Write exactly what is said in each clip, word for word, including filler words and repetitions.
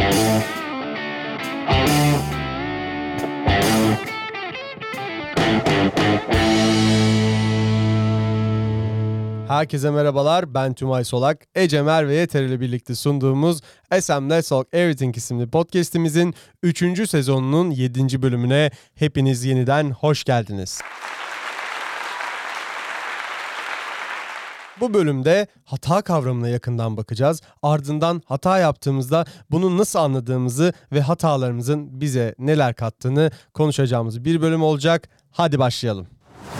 Herkese merhabalar, ben Tümay Solak. Ece Mer ve Yeter ile birlikte sunduğumuz S M Let's Talk Everything isimli podcastimizin üçüncü sezonunun yedinci bölümüne hepiniz yeniden hoş geldiniz. Bu bölümde hata kavramına yakından bakacağız. Ardından hata yaptığımızda bunu nasıl anladığımızı ve hatalarımızın bize neler kattığını konuşacağımız bir bölüm olacak. Hadi başlayalım.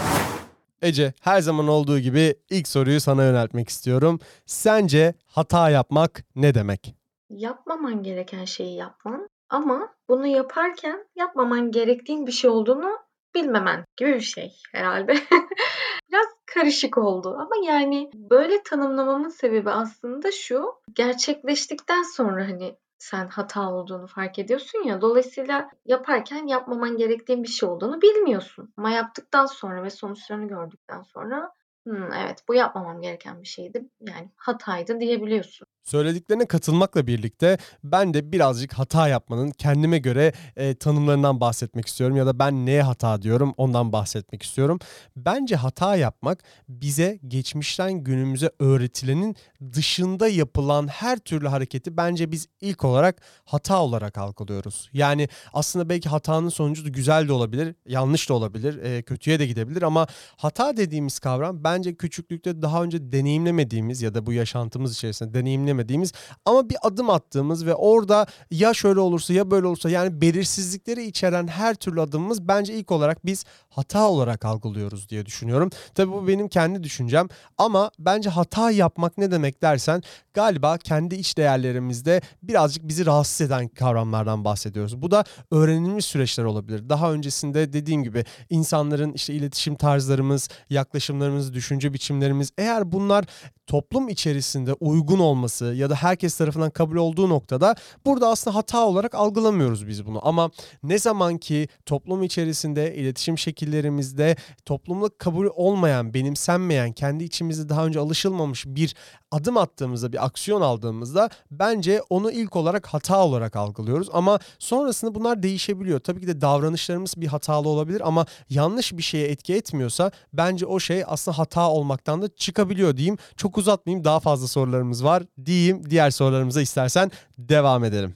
Ece, her zaman olduğu gibi ilk soruyu sana yöneltmek istiyorum. Sence hata yapmak ne demek? Yapmaman gereken şeyi yapman ama bunu yaparken yapmaman gerektiğin bir şey olduğunu bilmemen gibi bir şey herhalde. Biraz karışık oldu ama yani böyle tanımlamamın sebebi aslında şu: gerçekleştikten sonra hani sen hata olduğunu fark ediyorsun ya, dolayısıyla yaparken yapmaman gerektiğin bir şey olduğunu bilmiyorsun. Ama yaptıktan sonra ve sonuçlarını gördükten sonra "Hımm, evet, bu yapmamam gereken bir şeydi, yani hataydı." diyebiliyorsun. Söylediklerine katılmakla birlikte ben de birazcık hata yapmanın kendime göre e, tanımlarından bahsetmek istiyorum ya da ben neye hata diyorum ondan bahsetmek istiyorum. Bence hata yapmak bize geçmişten günümüze öğretilenin dışında yapılan her türlü hareketi bence biz ilk olarak hata olarak algılıyoruz. Yani aslında belki hatanın sonucu da güzel de olabilir, yanlış da olabilir, e, kötüye de gidebilir ama hata dediğimiz kavram bence küçüklükte daha önce deneyimlemediğimiz ya da bu yaşantımız içerisinde deneyimlemediğimiz ama bir adım attığımız ve orada ya şöyle olursa ya böyle olursa yani belirsizlikleri içeren her türlü adımımız bence ilk olarak biz hata olarak algılıyoruz diye düşünüyorum. Tabii bu benim kendi düşüncem ama bence hata yapmak ne demek dersen galiba kendi iç değerlerimizde birazcık bizi rahatsız eden kavramlardan bahsediyoruz. Bu da öğrenilmiş süreçler olabilir. Daha öncesinde dediğim gibi insanların işte iletişim tarzlarımız, yaklaşımlarımız, düşünce biçimlerimiz eğer bunlar toplum içerisinde uygun olması ya da herkes tarafından kabul olduğu noktada burada aslında hata olarak algılamıyoruz biz bunu. Ama ne zaman ki toplum içerisinde, iletişim şekillerimizde toplumda kabul olmayan, benimsenmeyen, kendi içimizde daha önce alışılmamış bir adım attığımızda, bir aksiyon aldığımızda bence onu ilk olarak hata olarak algılıyoruz. Ama sonrasında bunlar değişebiliyor. Tabii ki de davranışlarımız bir hatalı olabilir ama yanlış bir şeye etki etmiyorsa bence o şey aslında hata olmaktan da çıkabiliyor diyeyim. Çok uzatmayayım, daha fazla sorularımız var diyeyim. Diğer sorularımıza istersen devam edelim.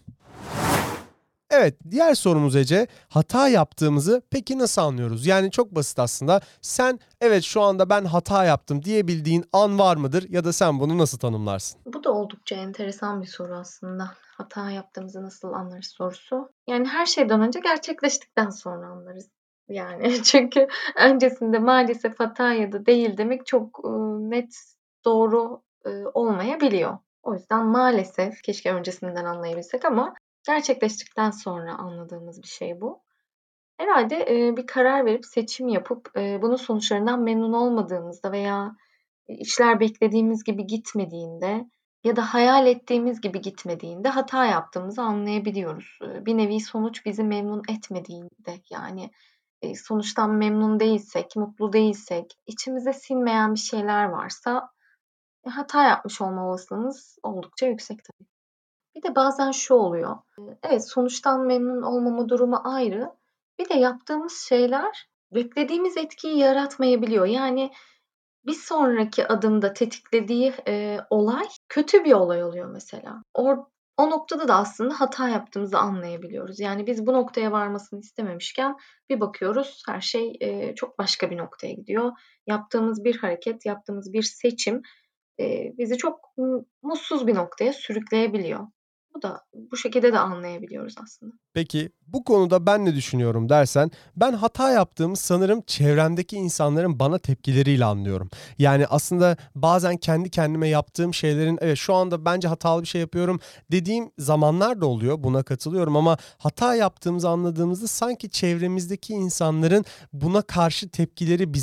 Evet, diğer sorumuz Ece, hata yaptığımızı peki nasıl anlıyoruz? Yani çok basit aslında. Sen evet şu anda ben hata yaptım diyebildiğin an var mıdır ya da sen bunu nasıl tanımlarsın? Bu da oldukça enteresan bir soru aslında. Hata yaptığımızı nasıl anlarız sorusu. Yani her şeyden önce gerçekleştikten sonra anlarız. Yani çünkü öncesinde maalesef hata ya da değil demek çok ıı, net, doğru ıı, olmayabiliyor. O yüzden maalesef keşke öncesinden anlayabilsek ama gerçekleştikten sonra anladığımız bir şey bu. Herhalde eee, bir karar verip seçim yapıp eee, bunun sonuçlarından memnun olmadığımızda veya işler beklediğimiz gibi gitmediğinde ya da hayal ettiğimiz gibi gitmediğinde hata yaptığımızı anlayabiliyoruz. Eee, bir nevi sonuç bizi memnun etmediğinde, yani eee, sonuçtan memnun değilsek, mutlu değilsek, içimize sinmeyen bir şeyler varsa e, hata yapmış olma olasılığımız oldukça yüksek tabii. Bir de bazen şu oluyor. Eee, evet, sonuçtan memnun olmama durumu ayrı. Bir de yaptığımız şeyler beklediğimiz etkiyi yaratmayabiliyor. Yani bir sonraki adımda tetiklediği, eee, olay kötü bir olay oluyor mesela. Or o noktada da aslında hata yaptığımızı anlayabiliyoruz. Yani biz bu noktaya varmasını istememişken bir bakıyoruz her şey, eee, çok başka bir noktaya gidiyor. Yaptığımız bir hareket, yaptığımız bir seçim, eee, bizi çok mu mutsuz bir noktaya sürükleyebiliyor. Bu da bu şekilde de anlayabiliyoruz aslında. Peki bu konuda ben ne düşünüyorum dersen ben hata yaptığımı sanırım çevremdeki insanların bana tepkileriyle anlıyorum. Yani aslında bazen kendi kendime yaptığım şeylerin evet şu anda bence hatalı bir şey yapıyorum dediğim zamanlar da oluyor, buna katılıyorum ama hata yaptığımızı anladığımızda sanki çevremizdeki insanların buna karşı tepkileri bize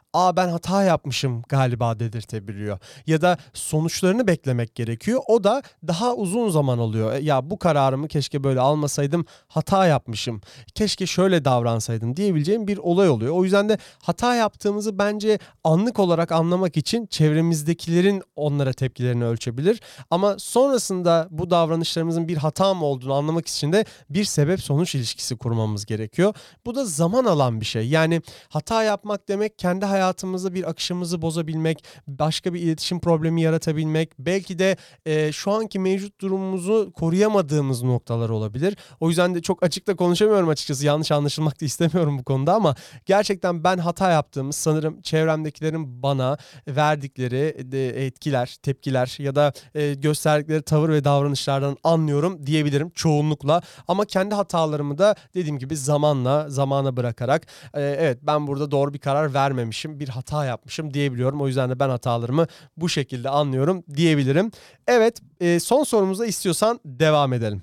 aa ben hata yapmışım galiba dedirtebiliyor. Ya da sonuçlarını beklemek gerekiyor. O da daha uzun zaman alıyor. E, Ya bu kararımı keşke böyle almasaydım, hata yapmışım. Keşke şöyle davransaydım diyebileceğim bir olay oluyor. O yüzden de hata yaptığımızı bence anlık olarak anlamak için çevremizdekilerin onlara tepkilerini ölçebilir. Ama sonrasında bu davranışlarımızın bir hata mı olduğunu anlamak için de bir sebep sonuç ilişkisi kurmamız gerekiyor. Bu da zaman alan bir şey. Yani hata yapmak demek kendi hayatımızda bir akışımızı bozabilmek, başka bir iletişim problemi yaratabilmek, belki de e, şu anki mevcut durumumuzu koruyamadığımız noktalar olabilir. O yüzden de çok açık da konuşamıyorum açıkçası. Yanlış anlaşılmak da istemiyorum bu konuda ama gerçekten ben hata yaptığımız sanırım çevremdekilerin bana verdikleri de etkiler, tepkiler ya da e, gösterdikleri tavır ve davranışlardan anlıyorum diyebilirim çoğunlukla. Ama kendi hatalarımı da dediğim gibi zamanla, zamana bırakarak e, evet ben burada doğru bir karar vermemişim, bir hata yapmışım diyebiliyorum. O yüzden de ben hatalarımı bu şekilde anlıyorum diyebilirim. Evet, e, son sorumuzda istiyorsan devam edelim.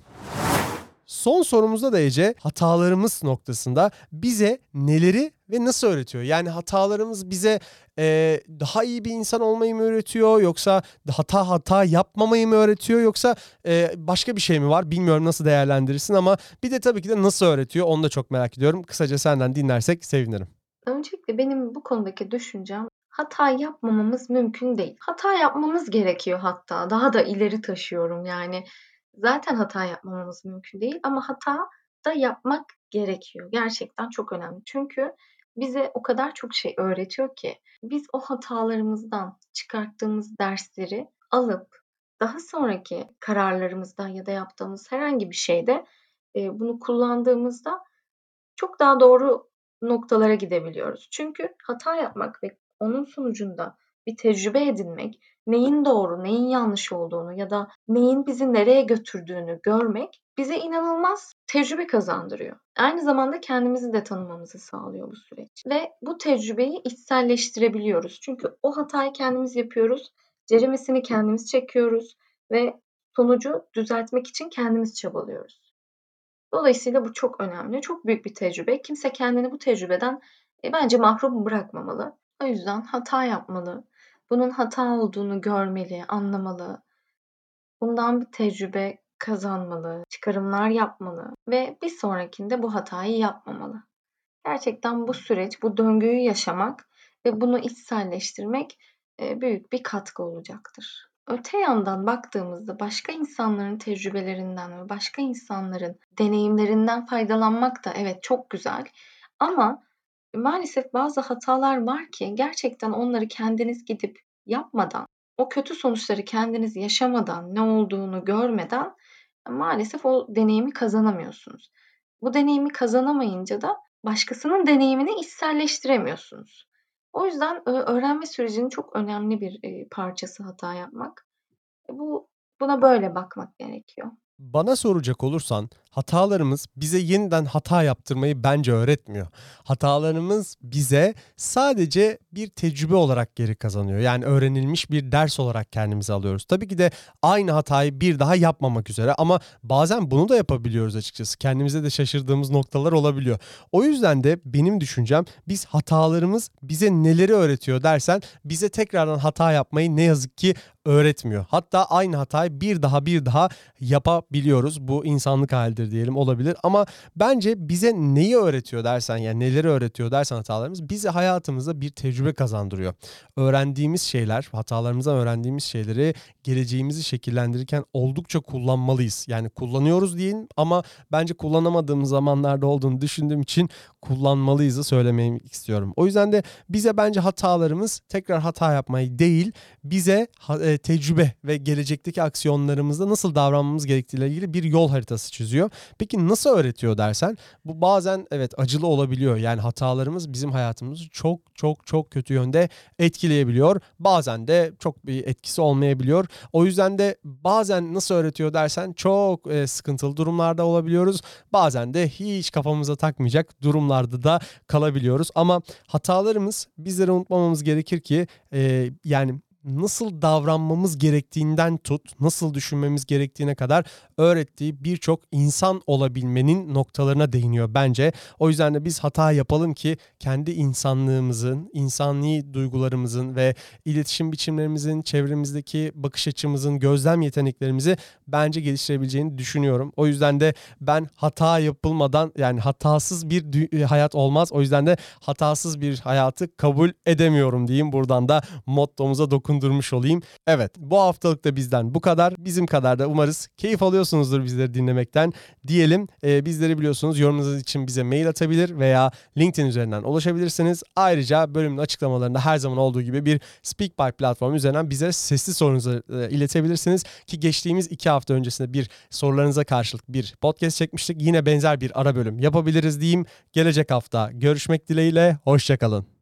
Son sorumuzda da Ece hatalarımız noktasında bize neleri ve nasıl öğretiyor? Yani hatalarımız bize e, daha iyi bir insan olmayı mı öğretiyor yoksa hata hata yapmamayı mı öğretiyor yoksa e, başka bir şey mi var? Bilmiyorum nasıl değerlendirirsin ama bir de tabii ki de nasıl öğretiyor onu da çok merak ediyorum. Kısaca senden dinlersek sevinirim. Öncelikle benim bu konudaki düşüncem hata yapmamamız mümkün değil. Hata yapmamız gerekiyor hatta. Daha da ileri taşıyorum yani. Zaten hata yapmamamız mümkün değil ama hata da yapmak gerekiyor. Gerçekten çok önemli. Çünkü bize o kadar çok şey öğretiyor ki biz o hatalarımızdan çıkarttığımız dersleri alıp daha sonraki kararlarımızda ya da yaptığımız herhangi bir şeyde e, bunu kullandığımızda çok daha doğru noktalara gidebiliyoruz. Çünkü hata yapmak ve onun sonucunda bir tecrübe edinmek, neyin doğru, neyin yanlış olduğunu ya da neyin bizi nereye götürdüğünü görmek bize inanılmaz tecrübe kazandırıyor. Aynı zamanda kendimizi de tanımamızı sağlıyor bu süreç. Ve bu tecrübeyi içselleştirebiliyoruz. Çünkü o hatayı kendimiz yapıyoruz, ceremesini kendimiz çekiyoruz ve sonucu düzeltmek için kendimiz çabalıyoruz. Dolayısıyla bu çok önemli. Çok büyük bir tecrübe. Kimse kendini bu tecrübeden e, bence mahrum bırakmamalı. O yüzden hata yapmalı. Bunun hata olduğunu görmeli, anlamalı. Bundan bir tecrübe kazanmalı, çıkarımlar yapmalı ve bir sonrakinde bu hatayı yapmamalı. Gerçekten bu süreç, bu döngüyü yaşamak ve bunu içselleştirmek e, büyük bir katkı olacaktır. Öte yandan baktığımızda başka insanların tecrübelerinden ve başka insanların deneyimlerinden faydalanmak da evet çok güzel. Ama maalesef bazı hatalar var ki gerçekten onları kendiniz gidip yapmadan, o kötü sonuçları kendiniz yaşamadan, ne olduğunu görmeden maalesef o deneyimi kazanamıyorsunuz. Bu deneyimi kazanamayınca da başkasının deneyimini içselleştiremiyorsunuz. O yüzden öğrenme sürecinin çok önemli bir parçası hata yapmak. Bu buna böyle bakmak gerekiyor. Bana soracak olursan hatalarımız bize yeniden hata yaptırmayı bence öğretmiyor. Hatalarımız bize sadece bir tecrübe olarak geri kazanıyor. Yani öğrenilmiş bir ders olarak kendimize alıyoruz. Tabii ki de aynı hatayı bir daha yapmamak üzere ama bazen bunu da yapabiliyoruz açıkçası. Kendimize de şaşırdığımız noktalar olabiliyor. O yüzden de benim düşüncem biz hatalarımız bize neleri öğretiyor dersen bize tekrardan hata yapmayı ne yazık ki öğretmiyor. Hatta aynı hatayı bir daha bir daha yapabiliyoruz. Bu insanlık halidir diyelim olabilir ama bence bize neyi öğretiyor dersen yani neleri öğretiyor dersen hatalarımız bize hayatımızda bir tecrübe kazandırıyor. Öğrendiğimiz şeyler, hatalarımızdan öğrendiğimiz şeyleri geleceğimizi şekillendirirken oldukça kullanmalıyız. Yani kullanıyoruz diyeyim ama bence kullanamadığımız zamanlarda olduğunu düşündüğüm için kullanmalıyızı söylemeyi istiyorum. O yüzden de bize bence hatalarımız tekrar hata yapmayı değil, bize e, tecrübe ve gelecekteki aksiyonlarımızda nasıl davranmamız gerektiğiyle ilgili bir yol haritası çiziyor. Peki nasıl öğretiyor dersen bu bazen evet acılı olabiliyor. Yani hatalarımız bizim hayatımızı çok çok çok kötü yönde etkileyebiliyor. Bazen de çok bir etkisi olmayabiliyor. O yüzden de bazen nasıl öğretiyor dersen çok e, sıkıntılı durumlarda olabiliyoruz. Bazen de hiç kafamıza takmayacak durumlarda da kalabiliyoruz. Ama hatalarımız bizlere unutmamamız gerekir ki e, yani nasıl davranmamız gerektiğinden tut, nasıl düşünmemiz gerektiğine kadar öğrettiği birçok insan olabilmenin noktalarına değiniyor bence. O yüzden de biz hata yapalım ki kendi insanlığımızın, insani duygularımızın ve iletişim biçimlerimizin, çevremizdeki bakış açımızın, gözlem yeteneklerimizi bence geliştirebileceğini düşünüyorum. O yüzden de ben hata yapılmadan, yani hatasız bir dü- hayat olmaz. O yüzden de hatasız bir hayatı kabul edemiyorum diyeyim. Buradan da mottomuza dokundurmuş olayım. Evet, bu haftalık da bizden bu kadar. Bizim kadar da umarız keyif alıyorsunuzdur bizleri dinlemekten diyelim. Ee, bizleri biliyorsunuz yorumlarınız için bize mail atabilir veya LinkedIn üzerinden ulaşabilirsiniz. Ayrıca bölümün açıklamalarında her zaman olduğu gibi bir SpeakPipe platformu üzerinden bize sesli sorunuzu e, iletebilirsiniz. Ki geçtiğimiz iki hafta öncesinde bir sorularınıza karşılık bir podcast çekmiştik. Yine benzer bir ara bölüm yapabiliriz diyeyim. Gelecek hafta görüşmek dileğiyle. Hoşça kalın.